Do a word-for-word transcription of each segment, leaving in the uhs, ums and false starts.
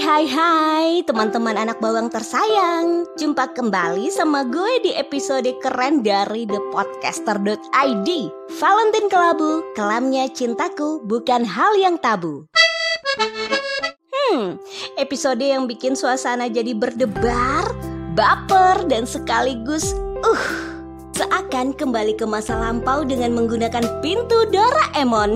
hai hai teman-teman anak bawang tersayang. Jumpa kembali sama gue di episode keren dari the podcaster dot i d. Valentine kelabu, kelamnya cintaku bukan hal yang tabu. Hmm, episode yang bikin suasana jadi berdebar, baper dan sekaligus uh seakan kembali ke masa lampau dengan menggunakan pintu Doraemon.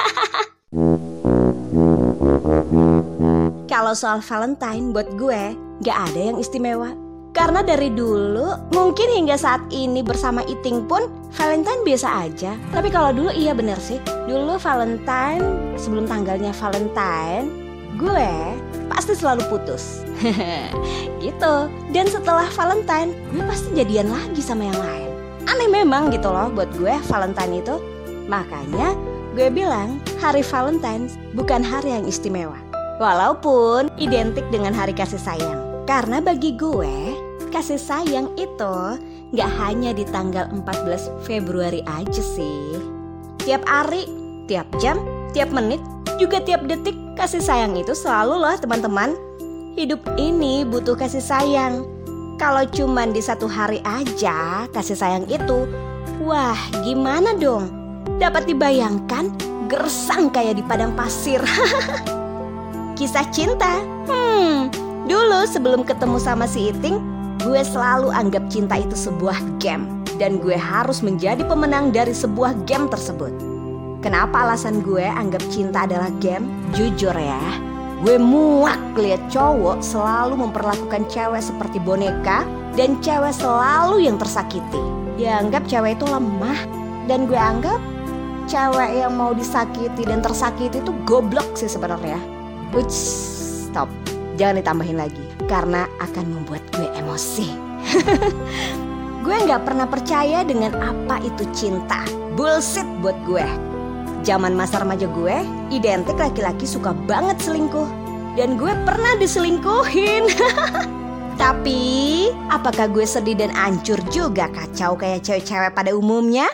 Kalau soal Valentine buat gue gak ada yang istimewa. Karena dari dulu, mungkin hingga saat ini bersama Iting pun Valentine biasa aja. Tapi kalau dulu iya bener sih. Dulu Valentine, sebelum tanggalnya Valentine, gue pasti selalu putus. Gitu. Dan setelah Valentine, gue pasti jadian lagi sama yang lain. Aneh memang gitu loh buat gue Valentine itu. Makanya gue bilang hari Valentine bukan hari yang istimewa. Walaupun identik dengan hari kasih sayang. Karena bagi gue, kasih sayang itu gak hanya di tanggal empat belas Februari aja sih. Tiap hari, tiap jam, tiap menit, juga tiap detik kasih sayang itu selalu loh teman-teman. Hidup ini butuh kasih sayang. Kalau cuman di satu hari aja kasih sayang itu, wah gimana dong? Dapat dibayangkan gersang kayak di padang pasir. Kisah cinta. Hmm, dulu sebelum ketemu sama si Iting, gue selalu anggap cinta itu sebuah game. Dan gue harus menjadi pemenang dari sebuah game tersebut. Kenapa alasan gue anggap cinta adalah game? Jujur ya, gue muak lihat cowok selalu memperlakukan cewek seperti boneka. Dan cewek selalu yang tersakiti. Dia anggap cewek itu lemah. Dan gue anggap cewek yang mau disakiti dan tersakiti itu goblok sih sebenarnya. Uts, stop, jangan ditambahin lagi karena akan membuat gue emosi. Gue gak pernah percaya dengan apa itu cinta. Bullshit buat gue. Zaman masa remaja gue identik laki-laki suka banget selingkuh. Dan gue pernah diselingkuhin. Tapi apakah gue sedih dan hancur juga kacau kayak cewek-cewek pada umumnya?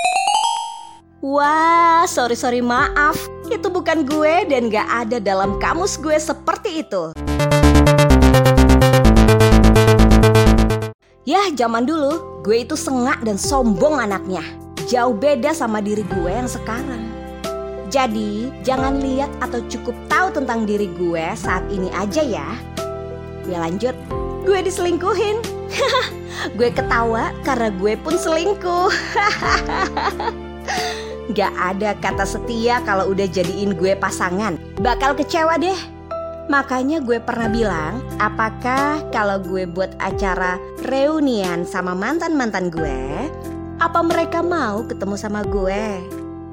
Wah, sorry sorry maaf. Itu bukan gue dan gak ada dalam kamus gue seperti itu. Yah, zaman dulu gue itu sengak dan sombong anaknya. Jauh beda sama diri gue yang sekarang. Jadi jangan lihat atau cukup tahu tentang diri gue saat ini aja ya. Gue lanjut. Gue diselingkuhin. Gue ketawa karena gue pun selingkuh. Gak ada kata setia kalau udah jadiin gue pasangan. Bakal kecewa deh. Makanya gue pernah bilang, apakah kalau gue buat acara reunian sama mantan-mantan gue, apa mereka mau ketemu sama gue?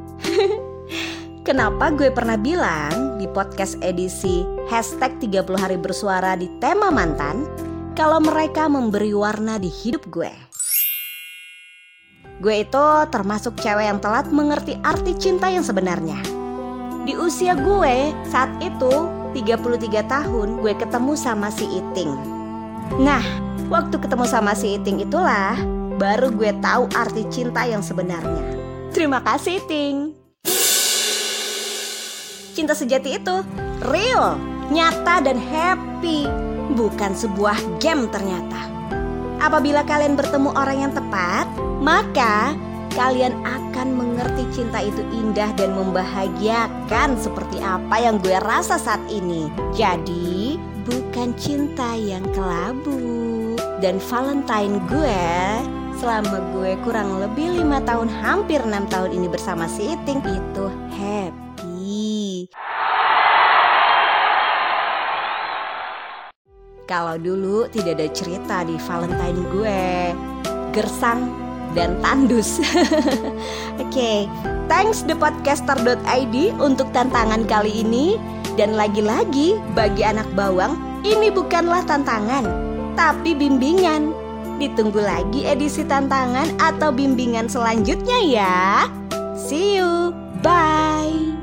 Kenapa gue pernah bilang di podcast edisi hashtag tiga puluh hari bersuara di tema mantan, kalau mereka memberi warna di hidup gue. Gue itu termasuk cewek yang telat mengerti arti cinta yang sebenarnya. Di usia gue saat itu tiga puluh tiga tahun gue ketemu sama si Iting. Nah, waktu ketemu sama si Iting itulah baru gue tahu arti cinta yang sebenarnya. Terima kasih Iting. Cinta sejati itu real, nyata dan happy. Bukan sebuah game ternyata. Apabila kalian bertemu orang yang tepat, maka kalian akan mengerti cinta itu indah dan membahagiakan seperti apa yang gue rasa saat ini. Jadi bukan cinta yang kelabu. Dan Valentine gue selama gue kurang lebih lima tahun, hampir enam tahun ini bersama si Iting itu happy. Kalau dulu tidak ada cerita di Valentine gue, gersang dan tandus. Oke, okay. Thanks the podcaster dot i d untuk tantangan kali ini. Dan lagi-lagi bagi anak bawang, ini bukanlah tantangan, tapi bimbingan. Ditunggu lagi edisi tantangan atau bimbingan selanjutnya ya. See you, bye.